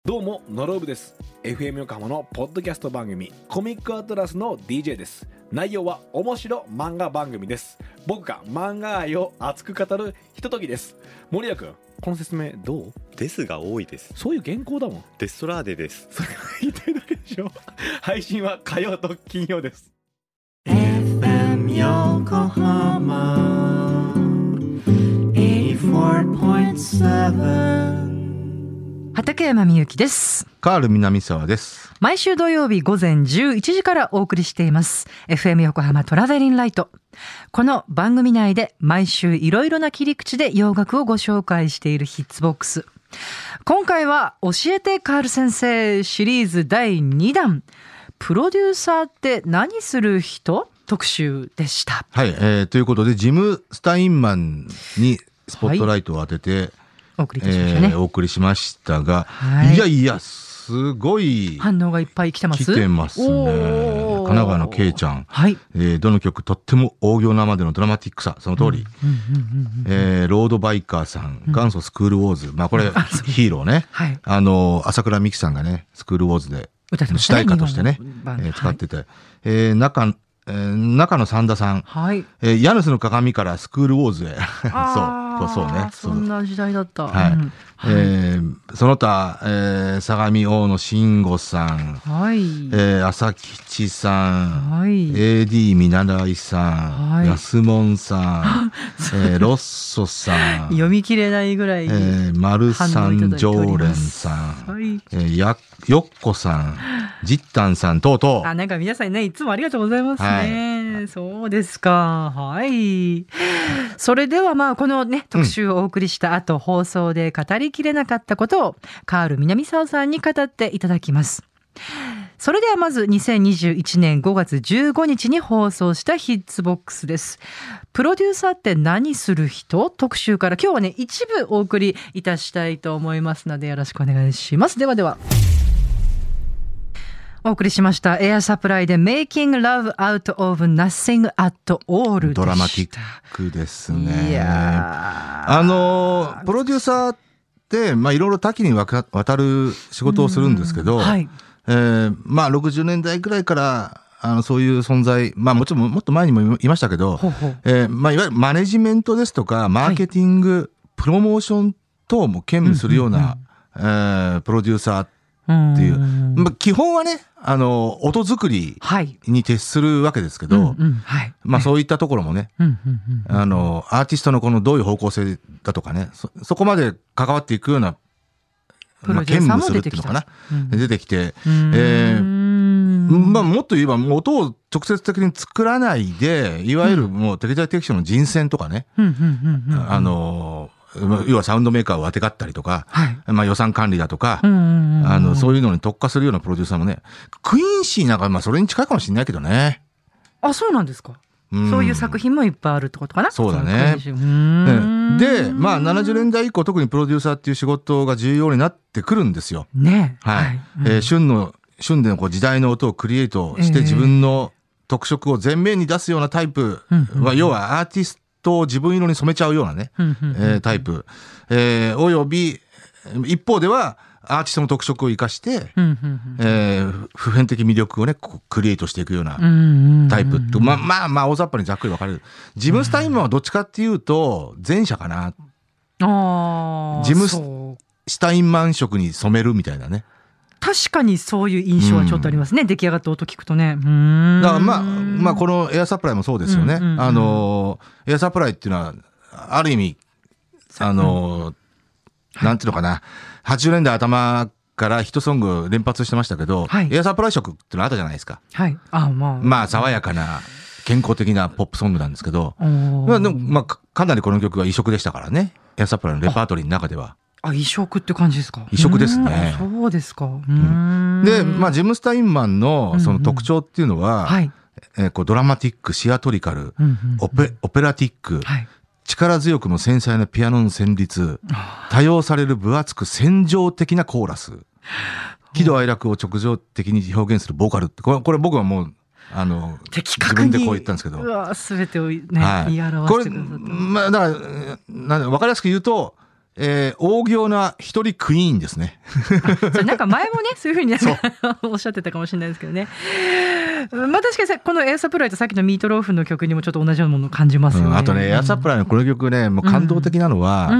どうもノロブです。 FM 横浜のポッドキャスト番組コミックアトラスの DJ です。内容は面白漫画番組です。僕が漫画愛を熱く語るひとときです。森谷君、この説明どう？ ですが多いです。 そういう原稿だもん。 デストラーデです。 それが言ってるだけでしょ。配信は火曜と金曜です。 FM 横浜 84.7。 畠山みゆきです。 カール南沢です。 毎週土曜日午前11時からお送りしています FM 横浜トラベリンライト。この番組内で毎週いろいろな切り口で洋楽をご紹介しているヒッツボックス。今回は教えてカール先生シリーズ第2弾、プロデューサーって何する人特集でした。 はい、ということでジム・スタインマンにスポットライトを当てて、お送りいたしましたね。お送りしましたが、いやいやすごい反応がいっぱい来てます。 来てますね。神奈川のケイちゃん、 はい、 どの曲とっても大行なまでのドラマティックさ、その通り。ロードバイカーさん、元祖スクールウォーズ、まあこれヒーローね、はい、朝倉美樹さんがねスクールウォーズで主題歌としてね、使ってて、中野サンダさん、はい、ヤヌスの鏡からスクールウォーズへそうね、 そんな時代だった。 はい、その他、相模大野慎吾さん、はい、朝吉さん、はい、AD 見習いさん、はい、安門さん、ロッソさん、 読み切れないぐらい、 丸さん常連さん、はい、よっこさん、じったんさん等々。 なんか皆さんねいつもありがとうございますね。はい、そうですか。はい。それではまあこのね特集をお送りした後、放送で語りきれなかったことをカール南沢さんに語っていただきます。それではまず2021年5月15日に放送したヒッツボックスです。プロデューサーって何する人特集から今日はね一部お送りいたしたいと思いますのでよろしくお願いします。ではお送りしましたエアサプライで Making Love Out of Nothing at All でした。 ドラマティックですね。 いやプロデューサーってまあいろいろ多岐にわたる仕事をするんですけど、はい、まあ60年代くらいからそういう存在、まあもちろんもっと前にもいましたけど、まあいわゆるマネジメントですとかマーケティング、はい、プロモーション等も兼務するような、プロデューサーっていう、まあ、基本はね音作りに徹するわけですけど、まあそういったところもね、アーティストのこのどういう方向性だとかね、そこまで関わっていくような、まあ、兼務するっていうのかな、出てきて、まあもっと言えばもう音を直接的に作らないで、いわゆるもう適材適所の人選とかね、要はサウンドメーカーをあてがったりとか、はい、まあ予算管理だとか、そういうのに特化するようなプロデューサーもね、クイーンシーなんかまあそれに近いかもしれないけどね。 あ、そうなんですか。そういう作品もいっぱいあるってことかな。 そうだね。で、まあ70年代以降特にプロデューサーっていう仕事が重要になってくるんですよ。ね。はい。旬でのこう時代の音をクリエイトして自分の特色を前面に出すようなタイプは、要はアーティストと自分色に染めちゃうようなね、タイプ、および一方ではアーティストの特色を生かして、普遍的魅力をねクリエイトしていくようなタイプと、まあ大雑把にざっくり分かれる。ジム・スタインマンはどっちかっていうと前者かな。ジム・スタインマン色に染めるみたいなね。 確かにそういう印象はちょっとありますね、出来上がった音聞くとね。だからまあこのエアサプライもそうですよね。エアサプライっていうのはある意味なんていうのかな、80年代頭からヒットソング連発してましたけど、はい、エアサプライ色っていうのあったじゃないですか。はい、まあ爽やかな健康的なポップソングなんですけど、でもかなりこの曲は異色でしたからね、エアサプライのレパートリーの中では。 異色って感じですか。 異色ですね。 そうですか。 で、まあジム・スタインマンのその特徴っていうのは、こうドラマティック、シアトリカル、オペラティック、力強くも繊細なピアノの旋律、多用される分厚く戦場的なコーラス、喜怒哀楽を直情的に表現するボーカルって、これ僕はもう自分でこう言ったんですけど、 全てをね、言い表してくださった。 これだから分かりやすく言うと、 大行な一人クイーンですね。 なんか前もねそういうふうにおっしゃってたかもしれないですけどね。まあ確かにこのエアサプライとさっきのミートローフの曲にもちょっと同じようなものを感じますよね。 あとねエアサプライのこの曲ねもう感動的なのは、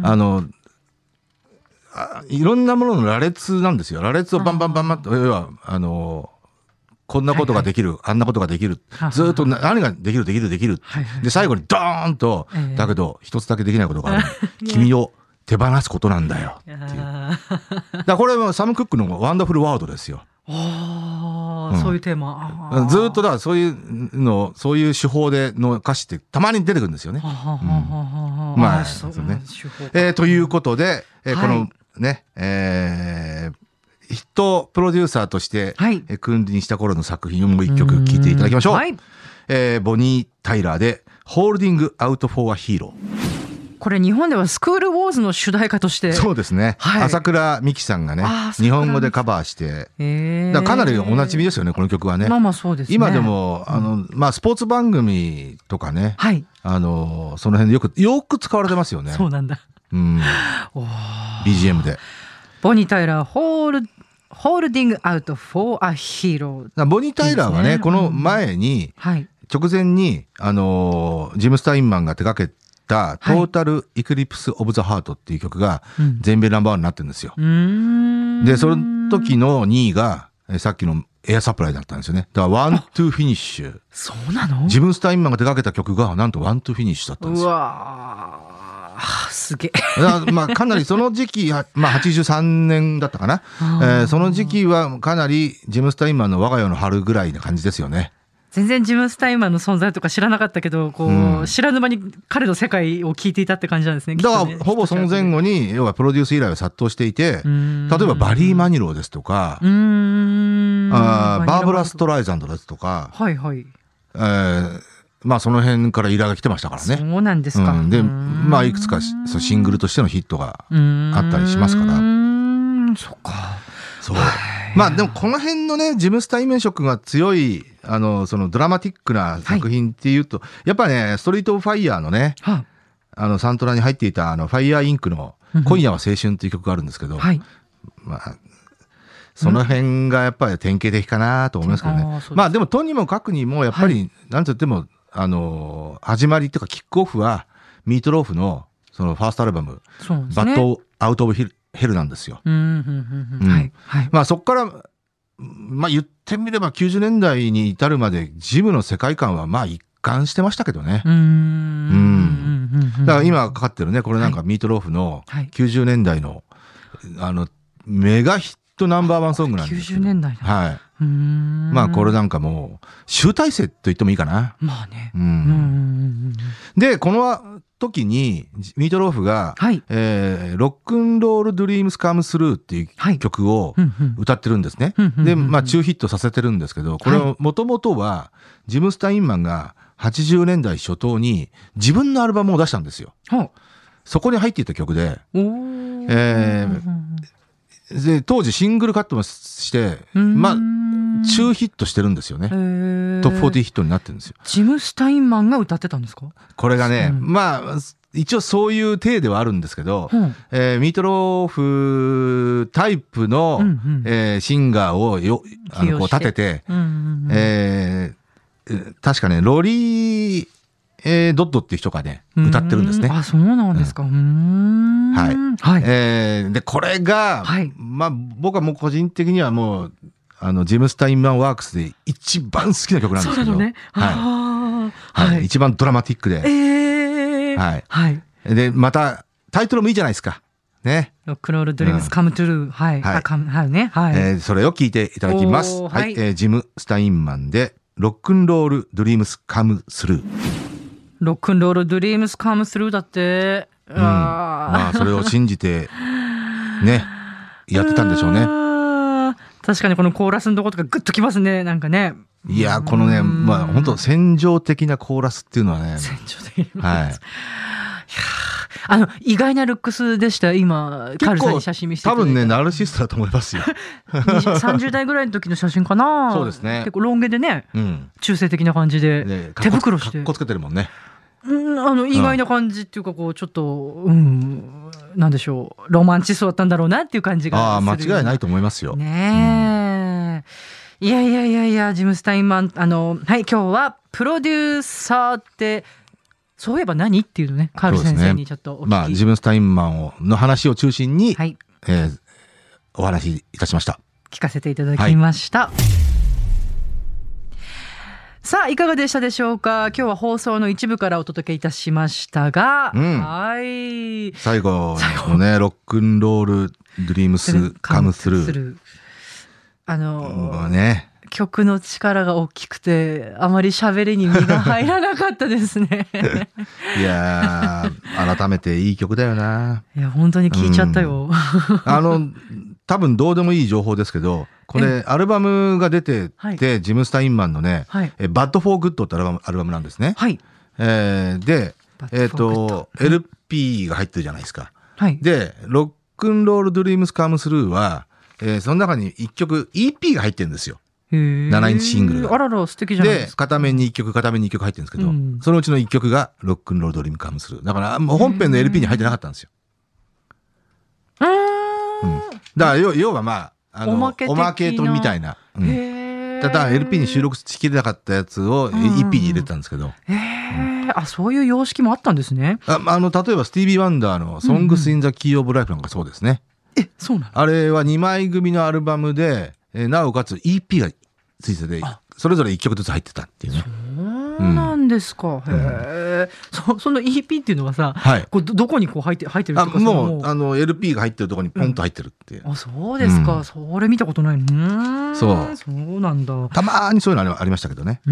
いろんなものの羅列なんですよ。羅列をバンバンバンバンと要はこんなことができる、あんなことができる、ずっと何ができるできるできる、で最後にドーンと、だけど一つだけできないことがある、君を手放すことなんだよっていう。だからこれはサム・クックのワンダフルワードですよ。 そういうテーマ。 ずっとだからそういう手法での歌詞ってたまに出てくるんですよね。まあそうね。ということで、このね、ヒットプロデューサーとして君臨した頃の作品をもう一曲聴いていただきましょう。ボニー・タイラーでホールディング・アウト・フォー・ア・ヒーロー。 これ日本ではスクールウォーズの主題歌として。 そうですね、朝倉美希さんがね日本語でカバーして、だからかなりおなじみですよねこの曲はね。 まあまあそうですね。 今でもまあスポーツ番組とかね、その辺でよく使われてますよね。 そうなんだ。 BGM でボニー・タイラーホールディング・アウト・フォー・ア・ヒーロー。 ボニー・タイラーはねこの前に、直前にジム・スタインマンが手掛けたトータル・エクリプス・オブ・ザ・ハートっていう曲が全米ナンバーワンになってるんですよ。でその時の2位がさっきのエアサプライだったんですよね。だからワン・トゥ・フィニッシュ。 そうなの？ ジム・スタインマンが手掛けた曲がなんとワン・トゥ・フィニッシュだったんですよ。 うわすげえ。まあかなりその時期、まあ83年だったかな。その時期はかなりジム・スタインマンの我が世の春ぐらいな感じですよね。 全然ジム・スタインマンの存在とか知らなかったけど知らぬ間に彼の世界を聞いていたって感じなんですね。 だからほぼその前後に要はプロデュース依頼が殺到していて、例えばバリー・マニローですとかバーブラ・ストライザンドですとか、まあその辺から依頼が来てましたからね。 そうなんですか。 でまあいくつかシングルとしてのヒットがあったりしますから。 そっか。 そう。まあでもこの辺のねジム・スタインマン色が強いそのドラマティックな作品っていうと、やっぱねストリート・オブ・ファイヤーのね、サントラに入っていたファイヤーインクの今夜は青春っていう曲があるんですけど、まあその辺がやっぱり典型的かなと思いますけどね。まあでもとにもかくにもやっぱりなんといっても始まりというかキックオフはミートローフのそのファーストアルバムバッドアウトオブヘルなんですよ。まあそこからまあ言ってみれば90年代に至るまでジムの世界観はまあ一貫してましたけどね。だから今かかってるねこれなんかミートローフの90年代のメガヒットナンバーワンソングなんですけど。 90年代はい。まあこれなんかもう集大成と言ってもいいかな。 まあね。 でこの時にミートローフが、ロックンロールドリームスカムスルーっていう曲を歌ってるんですね。でまあ中ヒットさせてるんですけど、これもともとはジム・スタインマンが80年代初頭に自分のアルバムを出したんですよ。そこに入っていた曲で、で当時シングルカットもしてまあ中ヒットしてるんですよね。トップ40ヒットになってるんですよ。 ジム・スタインマンが歌ってたんですか？ これがね、まあ一応そういう体ではあるんですけど、ミートローフタイプの、シンガーをこう立てて、確かねロリー、ドッドっていう人がね歌ってるんですね。 あ、そうなんですか。 でこれが、まあ僕はもう個人的にはもうジム・スタインマンワークスで一番好きな曲なんですけど、一番ドラマティックで、でまたタイトルもいいじゃないですかね。 ロックロールドリームスカムトゥルー、 それを聞いていただきます。ジム・スタインマンでロックンロールドリームスカムスルー。 ロックンロールドリームスカムスルーだって、 まあそれを信じてねやってたんでしょうね。 確かにこのコーラスのとことかグッときますね、なんかね。 いやこのねまあ本当戦場的なコーラスっていうのはね、 戦場的な意外なルックスでした。今カールさんに写真見せていただいた。 多分ねナルシストだと思いますよ。 30代ぐらいの時の写真かな。 そうですね。 結構ロン毛でね、中性的な感じで手袋してかっこつけてるもんね。 意外な感じっていうかこうちょっとなんでしょう、ロマンチストだったんだろうなっていう感じがする。 間違いないと思いますよ。 ねえ、いやジム・スタインマン、はい、今日はプロデューサーってそういえば何っていうのね、カール先生にちょっとお聞き、 ジム・スタインマンの話を中心に、 はい、 お話しいたしました。 聞かせていただきました。さあいかがでしたでしょうか。今日は放送の一部からお届けいたしましたが、はい、 最後のねロックンロールドリームスカムスルーね、 曲の力が大きくてあまり喋りに身が入らなかったですねいや改めていい曲だよな。 いや本当に聞いちゃったよ、 多分どうでもいい情報ですけど、これアルバムが出てて、ジム・スタインマンのね、バッド・フォー・グッドってアルバムなんですね。 はい、 で、LP が入ってるじゃないですか。はい、でロックンロールドリームスカムスルーは、その中に1曲 EP が入ってるんですよ。7インチシングルが。 あらら素敵じゃないですか。 で片面に1曲片面に1曲入ってるんですけど、そのうちの1曲がロックンロールドリームスカムスルーだから、もう本編の LP に入ってなかったんですよ。だから要はおまけとみたいな、ただ LP に収録しきれなかったやつを EP に入れてたんですけど、 そういう様式もあったんですね。 例えばスティービー・ワンダーの Songs in the Key of Life なんかそうですね。 そうなんあれは2枚組のアルバムで、なおかつ EP がついててそれぞれ1曲ずつ入ってたっていうね。 そうなんですか。その EP っていうのはさ、どこにこう入ってるっていうか、 もうLP が入ってるところにポンと入ってるっていう。 そうですか。それ見たことない。そうなんだ。 たまにそういうのありましたけどね。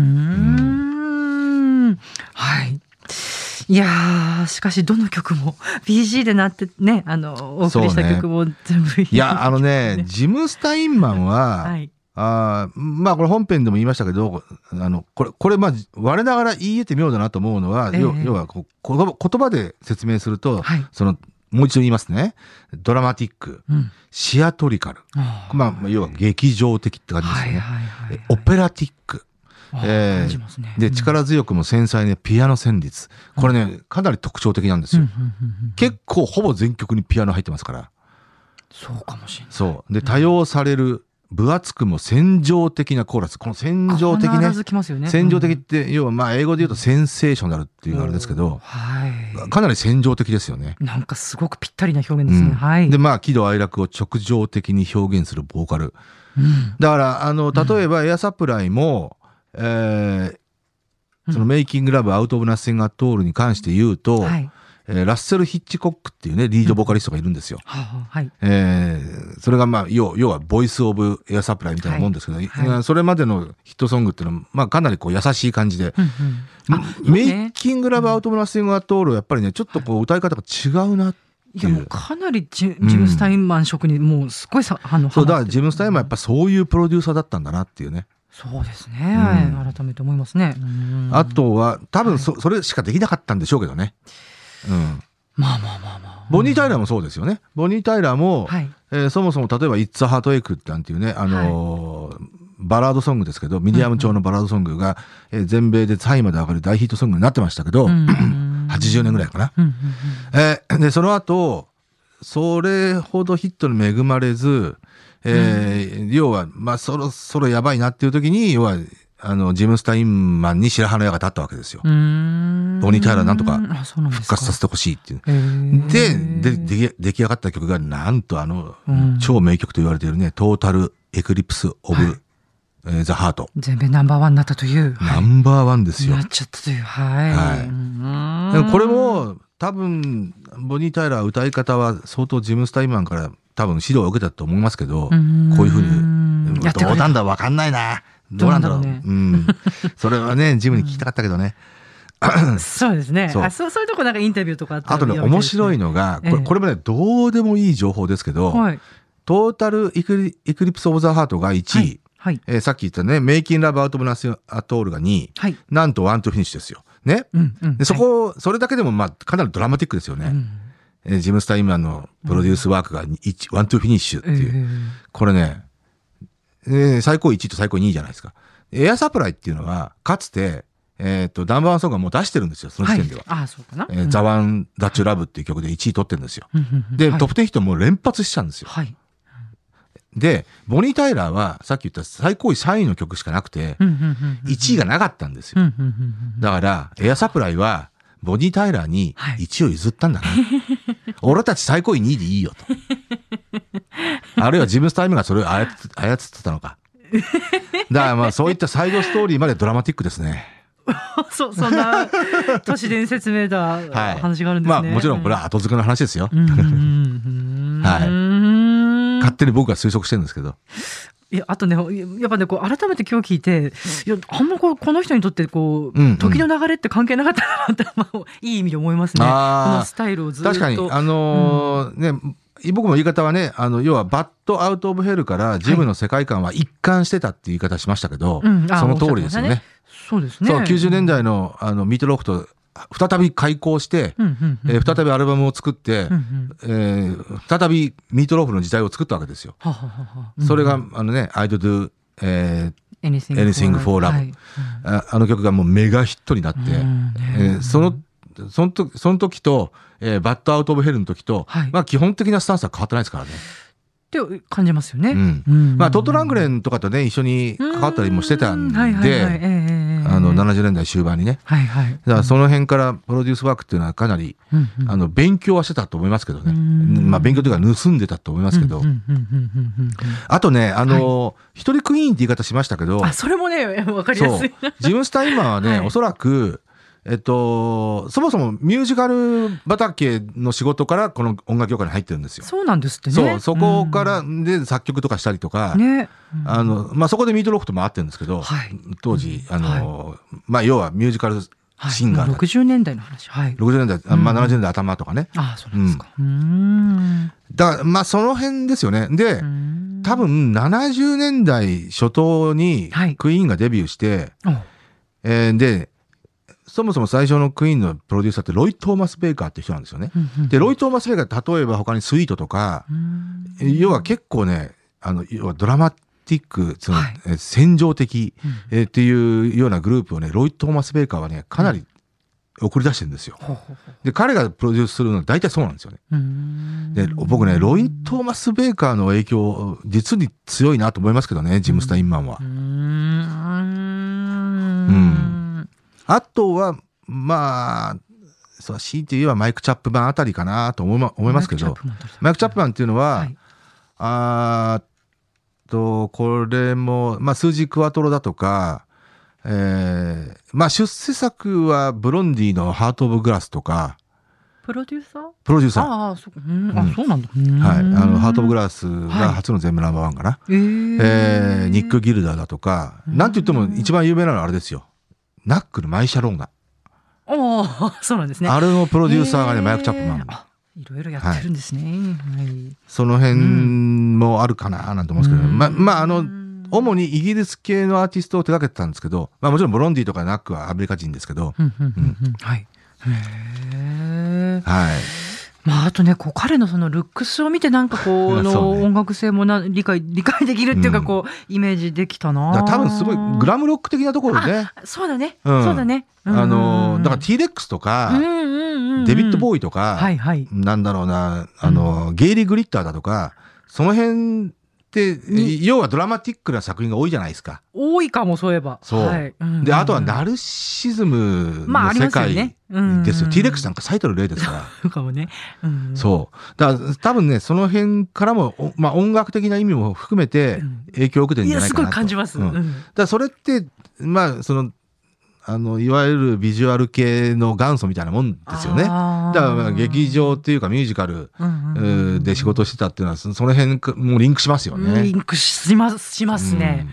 はい。いやー、しかしどの曲も BG でなってね、お送りした曲も全部いい。 いやジム・スタインマンは、これ本編でも言いましたけど、これ我ながら言えて妙だなと思うのは、要は言葉で説明すると、もう一度言いますね。ドラマティック、シアトリカル、要は劇場的って感じですよね。オペラティック、で力強くも繊細なピアノ旋律、これねかなり特徴的なんですよ。結構ほぼ全曲にピアノ入ってますから。 そうかもしれない。 そうで多用される分厚くも戦場的なコーラス、この戦場的ね、戦場的って要は英語で言うとセンセーショナルっていうあれですけど、かなり戦場的ですよね。 なんかすごくぴったりな表現ですね。 で喜怒哀楽を直情的に表現するボーカル、だから例えばエアサプライも、そのメイキングラブアウトオブナッシングアットオールに関して言うと、ラッセル・ヒッチコックっていうねリードボーカリストがいるんですよ。それが要はボイス・オブ・エア・サプライみたいなもんですけど、それまでのヒットソングっていうのはかなり優しい感じで、メイキングラブアウトオブナッシングアットオールはやっぱりねちょっと歌い方が違うなっていう。 いやもうかなりジム・スタインマン色にもうすごいそうだからジム・スタインマンやっぱそういうプロデューサーだったんだなっていうね。 そうですね、改めて思いますね。 あとは多分それしかできなかったんでしょうけどね。ボニー・タイラーもそうですよね。ボニー・タイラーも、そもそも例えば「It's a Heartache」なんていうねバラードソングですけど、ミディアム調のバラードソングが、全米で3位まで上がる大ヒットソングになってましたけど、80年ぐらいかな。でその後それほどヒットに恵まれず、要はそろそろやばいなっていう時に要はジム・スタインマンに白羽の矢が立ったわけですよ。ボニー・タイラーなんとか復活させてほしいっていう。で出来上がった曲がなんと超名曲と言われているね、トータル・エクリプス・オブ・ザ・ハート。 全米ナンバーワンになったという。 ナンバーワンですよ。 なっちゃったという。 これも多分ボニー・タイラー歌い方は相当ジム・スタインマンから多分指導を受けたと思いますけど、こういうふうにどうなんだ分かんないな。どうなんだろう。それはねジムに聞きたかったけどね。 そうですね。そういうとこなんかインタビューとかあとね面白いのがこれもねどうでもいい情報ですけど、トータルエクリプス・オブ・ザ・ハートが1位、さっき言ったねメイキング・ラブ・アウト・オブ・ナッシング・アット・オールが2位、なんとワン・トゥ・フィニッシュですよね。でそれだけでもかなりドラマティックですよね。ジム・スタインマンのプロデュースワークがワン・トゥ・フィニッシュっていう、これね最高1位と最高2位じゃないですか。エアサプライっていうのはかつてナンバーワンソングはもう出してるんですよ、その時点では。 はい、そうかな。 ザワンダッチュラブっていう曲で1位取ってるんですよ。で、トップ10ヒットも連発しちゃうんですよ。はい、で、ボニー・タイラーはさっき言った最高位3位の曲しかなくて、1位がなかったんですよ。だから、エアサプライは、ボニー・タイラーに1位を譲ったんだな。俺たち最高位2位でいいよと。あるいはジム・スタイムがそれを操ってたのか。だからまあそういったサイドストーリーまでドラマティックですね。 そんな都市伝説めいた話があるんですね。 まあもちろんこれは後付けの話ですよ。はい。勝手に僕が推測してるんですけど。 いやあとね、やっぱねこう改めて今日聞いて、いやあんまこの人にとってこう、時の流れって関係なかったなって、まあ、いい意味で思いますね。このスタイルをずっと。確かにね。僕も言い方はね、要はバッドアウトオブヘルからジムの世界観は一貫してたっていう言い方しましたけど、その通りですよね。 そうですね。 そう、90年代のミートロックと再び開校して、再びアルバムを作って、再びミートローフの時代を作ったわけですよ。それがI'd do anything for love、あの曲がもうメガヒットになって、その時と、バッドアウトオブヘルの時と、まあ基本的なスタンスは変わってないですからね。 って感じますよね。 まあトット・ラングレンとかとね一緒に関わったりもしてたんで、70年代終盤にね。だからその辺からプロデュースワークっていうのはかなり勉強はしてたと思いますけどね。まあ勉強というか盗んでたと思いますけど。あとね一人クイーンって言い方しましたけど、 それもねわかりやすい。 ジム・スタインマンはねおそらくそもそもミュージカル畑の仕事からこの音楽業界に入ってるんですよ。 そうなんですってね。 そこからで作曲とかしたりとか、まあそこでミートロックとも会ってるんですけど、当時まあ要はミュージカルシンガーだ。 60年代の話。 60年代、まあ70年代頭とかね。 そうですか。 だからまあその辺ですよね。で、多分70年代初頭にクイーンがデビューして、で。そもそも最初のクイーンのプロデューサーってロイ・トーマス・ベイカーって人なんですよね。でロイ・トーマス・ベイカー例えば他にスイートとか、要は結構ね要はドラマティック戦場的、っていうようなグループをねロイ・トーマス・ベイカーはねかなり送り出してるんですよ。で彼がプロデュースするのは大体そうなんですよね。で僕ねロイ・トーマス・ベイカーの影響実に強いなと思いますけどね、ジム・スタインマンは。あとはまあ強いて言えばマイク・チャップマンあたりかなと思いますけど、マイク・チャップマンっていうのは、これも、まあ、スージー・クワトロだとか、まあ出世作はブロンディのハート・オブ・グラスとか。 プロデューサー。 そうなんだ。ハート・オブ・グラスが初の全部ナンバーワンかな。ニック・ギルダーだとか、なんて言っても一番有名なのはあれですよ。ナックル・マイ・シャロンガ。 そうなんですね。 あれのプロデューサーがね、マイク・チャップマン。 いろいろやってるんですね。 その辺もあるかななんて思うんですけど、まあ主にイギリス系のアーティストを手掛けてたんですけど、まあもちろんブロンディとかナックはアメリカ人ですけど。 まああとねこう彼のそのルックスを見てなんかこの音楽性も理解できるっていうかこうイメージできたな。 多分すごいグラムロック的なところでね。 そうだね。そうだね。 だから T-Rex とかデビッド・ボーイとかなんだろうなゲイリー・グリッターだとかその辺って要はドラマティックな作品が多いじゃないですか。 多いかもそういえば。 であとはナルシズムの世界ですよ。T-Rex なんか最たる例ですから。 かもね。 そうだから多分ねその辺からもまあ音楽的な意味も含めて影響を受けてるんじゃないかなと。 いやすごい感じます。 だからそれってまあいわゆるビジュアル系の元祖みたいなもんですよね。だから劇場っていうかミュージカルで仕事してたっていうのはその辺もリンクしますよね。 リンクしますね。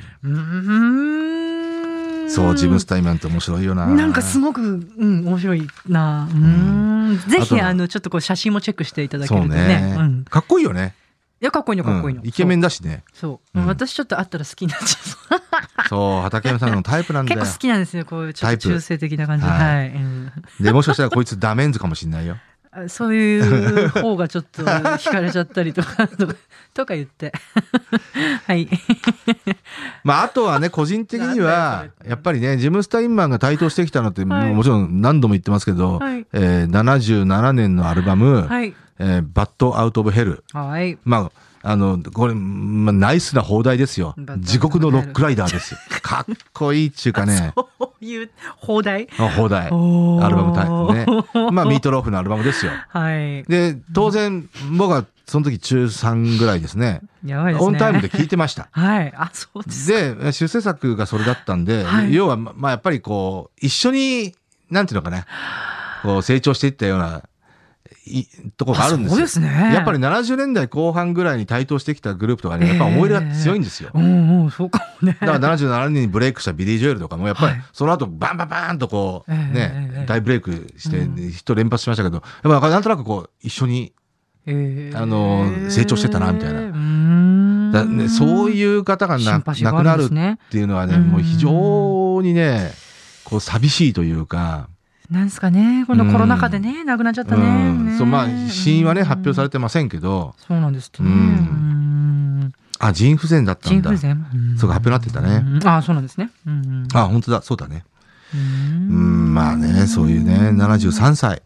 そうジム・スタインマンって面白いよな。 なんかすごく面白いな。ぜひちょっとこう写真もチェックしていただけるとね。 かっこいいよね。 いやかっこいいのイケメンだしね。 私ちょっと会ったら好きになっちゃう。 そう畠山さんのタイプなんだよ。 結構好きなんですよこういうちょっと中性的な感じで。でもしかしたらこいつダメンズかもしれないよ。 そういう方がちょっと惹かれちゃったりとか言ってはいまああとはね個人的にはやっぱりねジム・スタインマンが台頭してきたのって、もちろん何度も言ってますけど、77年のアルバム、バッド・アウト・オブ・ヘル、まあこれ、ナイスな放題ですよ。地獄のロックライダーですよ。かっこいいっていうかね。 そういう放題？ 放題。アルバムタイプね。まあミートローフのアルバムですよ。で、当然僕はその時中3ぐらいですね。 やばいですね。 オンタイムで聴いてました。 そうです。 で、出世作がそれだったんで、要はまあやっぱりこう、一緒に、なんていうのかな、こう成長していったような、ところがあるんですよ。 そうですね。 やっぱり70年代後半ぐらいに台頭してきたグループとかね、やっぱ思い入れが強いんですよ。 そうかもね。 だから77年にブレイクしたビリー・ジョエルとかも、やっぱりその後バンバンバンとこう、ね、大ブレイクしてヒット連発しましたけど、やっぱなんとなくこう、一緒に、成長してたな、みたいな。ね、そういう方が亡くなるっていうのはね、もう非常にね、こう寂しいというか、 なんですかね、このコロナ禍でね、亡くなっちゃったね。 そう、まあ死因はね発表されてませんけど。 そうなんですってね。 あ、腎不全だったんだ。 腎不全。 そうか、発表になってたね。 あ、そうなんですね。 あ、本当だ、そうだね。まあね、そういうね、73歳。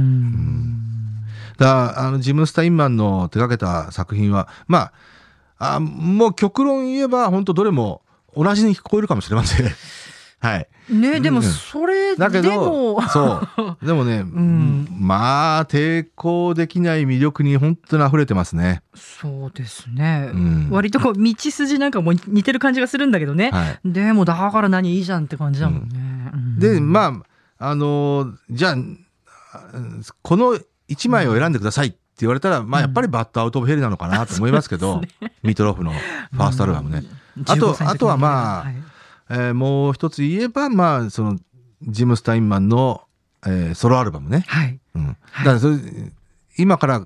だからジム・スタインマンの手掛けた作品は、まあ、もう極論言えば本当どれも同じに聞こえるかもしれません。はい。 ね、でもそれでもそうでもね、まあ抵抗できない魅力に本当に溢れてますね。 そうですね。割とこう道筋なんかも似てる感じがするんだけどね。でもだから何いいじゃんって感じだもんね。 で、まあじゃあこの1枚を選んでくださいって言われたら、まあやっぱりバッドアウトオブヘルなのかなと思いますけど、ミートローフのファーストアルバムね。あとはまあ、もう一つ言えば、まあそのジム・スタインマンの、ソロアルバムね。だからそれ今から、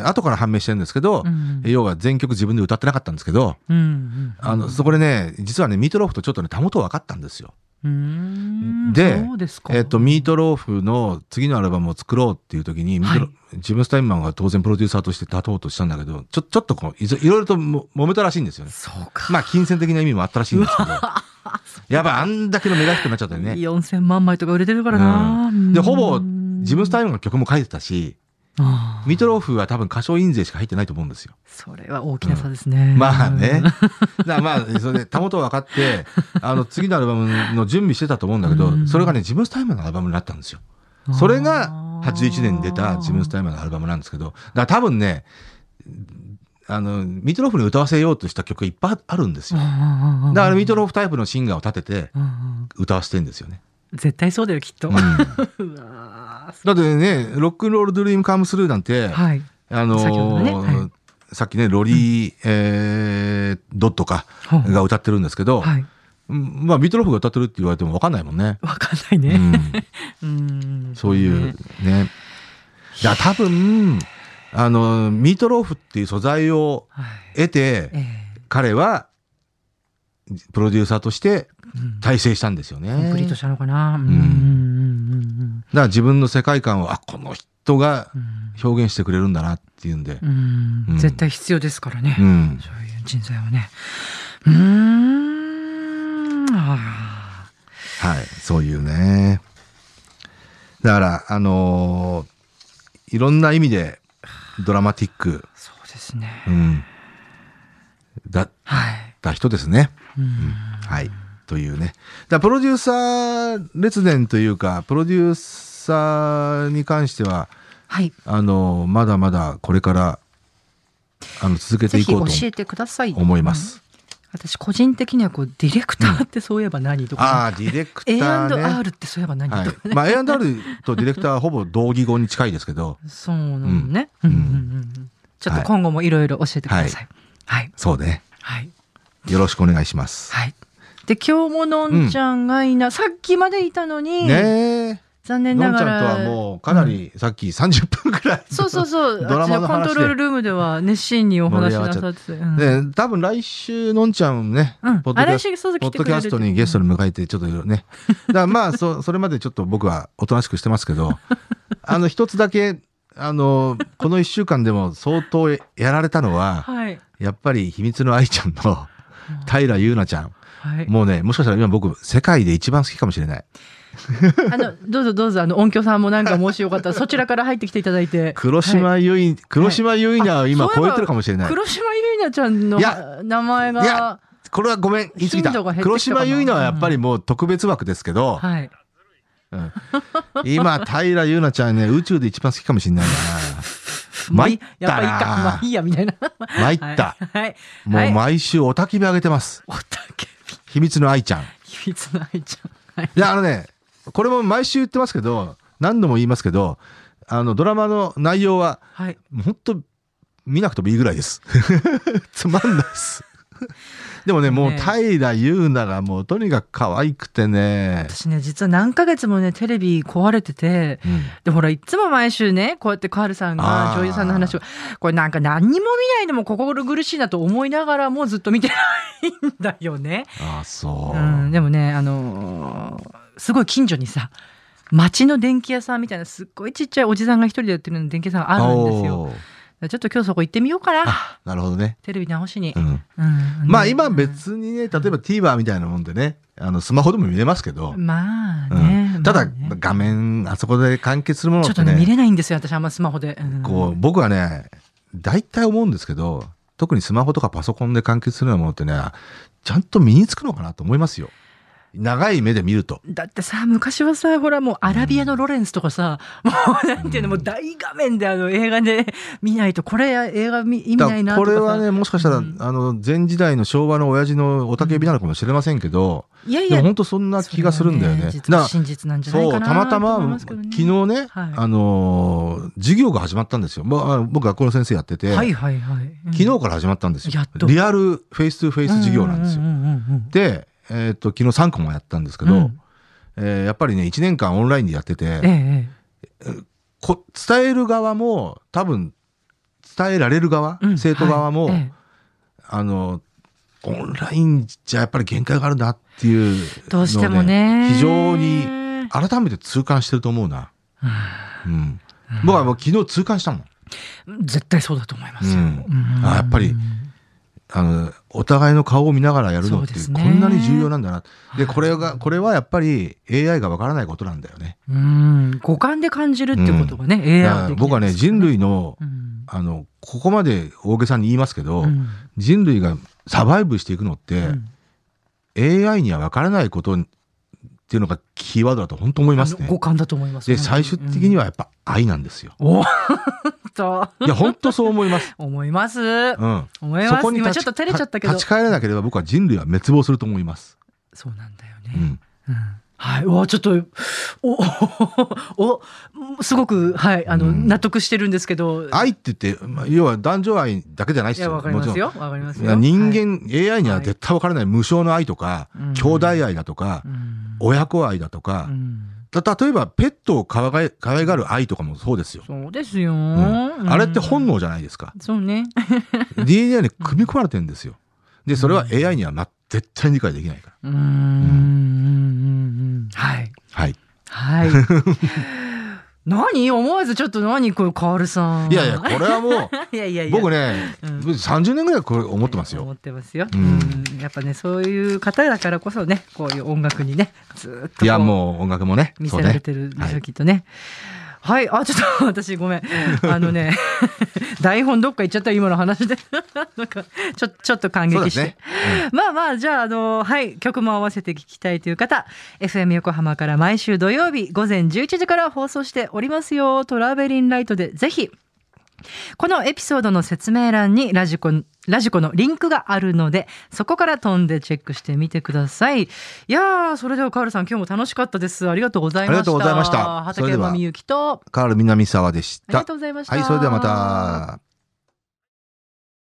後から判明してるんですけど、要は全曲自分で歌ってなかったんですけど、そこでね、実はねミートローフとちょっとねたもと分かったんですよ。で、ミートローフの次のアルバムを作ろうっていう時に、ジム・スタインマンが当然プロデューサーとして立とうとしたんだけど、ちょっとこういろいろと揉めたらしいんですよね。まあ金銭的な意味もあったらしいんですけどやっぱあんだけのメガヒットになっちゃったよね。 4000万枚とか売れてるからな。 でほぼジム・スタインマンの曲も書いてたし、ミートローフは多分歌唱印税しか入ってないと思うんですよ。 それは大きな差ですね。 まあね。だからまあそれでたもと分かって次のアルバムの準備してたと思うんだけど、それがねジム・スタインマンのアルバムになったんですよ。それが81年に出たジム・スタインマンのアルバムなんですけど、だから多分ねミートローフに歌わせようとした曲がいっぱいあるんですよ。だからミートローフタイプのシンガーを立てて歌わせてんですよね。 絶対そうだよきっと。 だってねロックンロールドリームカムスルーなんて、さっきねロリー、ドットかが歌ってるんですけど、まあミートローフが歌ってるって言われても分かんないもんね。 分かんないね。 そういうね。だから多分ミートローフっていう素材を得て、彼はプロデューサーとして大成したんですよね。 コンプリートしたのかな。 だから自分の世界観をこの人が表現してくれるんだなっていうんで、 絶対必要ですからね。そういう人材はね。 はい、そういうね。だからいろんな意味でドラマティック。 そうですね。 だ人ですね。はい。というね。だプロデューサー列伝というか、プロデューサーに関しては、まだまだこれから続けていこうと教えてください。 思います。 私個人的にはこうディレクターってそういえば何とか、 ディレクターね。 A&R ってそういえば何とかね。 まあ A&R とディレクターはほぼ同義語に近いですけど。 そうなのね。ちょっと今後もいろいろ教えてください。 そうね。よろしくお願いします。 で今日ものんちゃんがさっきまでいたのに、残念ながらのんちゃんとはもうかなりさっき30分くらいそうドラマの話でコントロールルームでは熱心にお話しなさってて、 多分来週のんちゃんね、ポッドキャストにゲストに迎えてちょっとね、だからまあそれまでちょっと僕はおとなしくしてますけど一つだけこの1週間でも相当やられたのは、やっぱり秘密の愛ちゃんの平優奈ちゃん、 はい、 もうね、もしかしたら今僕世界で一番好きかもしれない。 どうぞどうぞ、音響さんもなんかもしよかったらそちらから入ってきていただいて、 黒島結菜は今超えてるかもしれない。 黒島結菜ちゃんの名前が、 いやこれはごめん言い過ぎた。黒島結菜はやっぱりもう特別枠ですけど、 はい、 うん、今平優奈ちゃんね、宇宙で一番好きかもしれないな。参ったな。 やっぱいいか、まあいいやみたいな。 参った、 はいはい、 もう毎週おたき火あげてます。 おたき火、 秘密の愛ちゃん。 秘密の愛ちゃん、はい、 いやね、これも毎週言ってますけど、何度も言いますけど、ドラマの内容は、はい、本当見なくてもいいぐらいですつまんないですでもね、もう平優奈がもうとにかく可愛くてね。 私ね、実は何ヶ月もねテレビ壊れてて、でほらいつも毎週ねこうやってカールさんが女優さんの話を、これなんか何にも見ないのも心苦しいなと思いながらもずっと見てないんだよね。 あ、そう、 でもね、すごい近所にさ、町の電気屋さんみたいなすっごいちっちゃいおじさんが一人でやってる電気屋さんがあるんですよ。ちょっと今日そこ行ってみようかな。 なるほどね。 テレビ直しに、 まあ今別にね、例えば TVer みたいなもんでね、スマホでも見れますけど、 まあね、 ただ画面あそこで完結するものってね、 ちょっとね見れないんですよ私、あんまスマホで、 こう僕はね大体思うんですけど、特にスマホとかパソコンで完結するようなものってね、ちゃんと身につくのかなと思いますよ、長い目で見ると。 だってさ、昔はさ、ほらもうアラビアのロレンスとかさ、もうなんていうの、もう大画面で映画で見ないと、これ映画意味ないなとかさ。これはね、もしかしたら、前時代の昭和の親父のおたけびなのかもしれませんけど、いやいや、でも本当そんな気がするんだよね。 真実なんじゃないかな。 そう、たまたま昨日ね、授業が始まったんですよ。僕学校の先生やってて、昨日から始まったんですよ。リアルフェイストゥフェイス授業なんですよ。で、昨日3個もやったんですけど、やっぱりね1年間オンラインでやってて、伝える側も多分伝えられる側、生徒側も、オンラインじゃやっぱり限界があるなっていうのを、ね、 どうしてもね非常に改めて痛感してると思うな、僕はもう昨日痛感したもん。 絶対そうだと思いますよ、 やっぱりお互いの顔を見ながらやるのってこんなに重要なんだな。でこれはやっぱり AI がわからないことなんだよね。 五感で感じるってことがね、AI はできないですからね。 僕はね、人類の、ここまで大げさに言いますけど、人類がサバイブしていくのって、AI にはわからないことっていうのがキーワードだと本当思いますね。 五感だと思います、 で最終的にはやっぱ愛なんですよ。いや本当そう思います。 思います。思います。そこに今ちょっと照れちゃったけど、 立ち返らなければ僕は人類は滅亡すると思います。 そうなんだよね。はい、わちょっとすごく、はい、納得してるんですけど、 愛って言って、要は男女愛だけじゃないですよ。 わかりますよ、わかりますよ。 人間、AI には絶対わからない無償の愛とか、兄弟愛だとか、親子愛だとか、例えばペットを可愛がる愛とかもそうですよ。 そうですよ、 あれって本能じゃないですか。 そうね DNA に組み込まれてるんですよ。でそれは AI には絶対に理解できないから。 はいはいはい何思わずちょっと何これカールさん。 いやいやこれはもう僕ね、30年ぐらいこれ思ってますよ。 思ってますよ。やっぱねそういう方だからこそね、こういう音楽にねずっといやもう音楽もね見せられてるでしょ、きっとね。はい、ちょっと私ごめん、台本どっか行っちゃった今の話でなんかちょっと感激して、ね、まあじゃあはい、曲も合わせて聴きたいという方、 FM 横浜から毎週土曜日午前11時から放送しておりますよ。トラベリンライトでぜひこのエピソードの説明欄にラジコのリンクがあるので、そこから飛んでチェックしてみてください。いやー、それではカールさん今日も楽しかったです。ありがとうございました。 ありがとうございました。 畠山みゆきとカール南沢でした。 ありがとうございました。 はい、それではまた。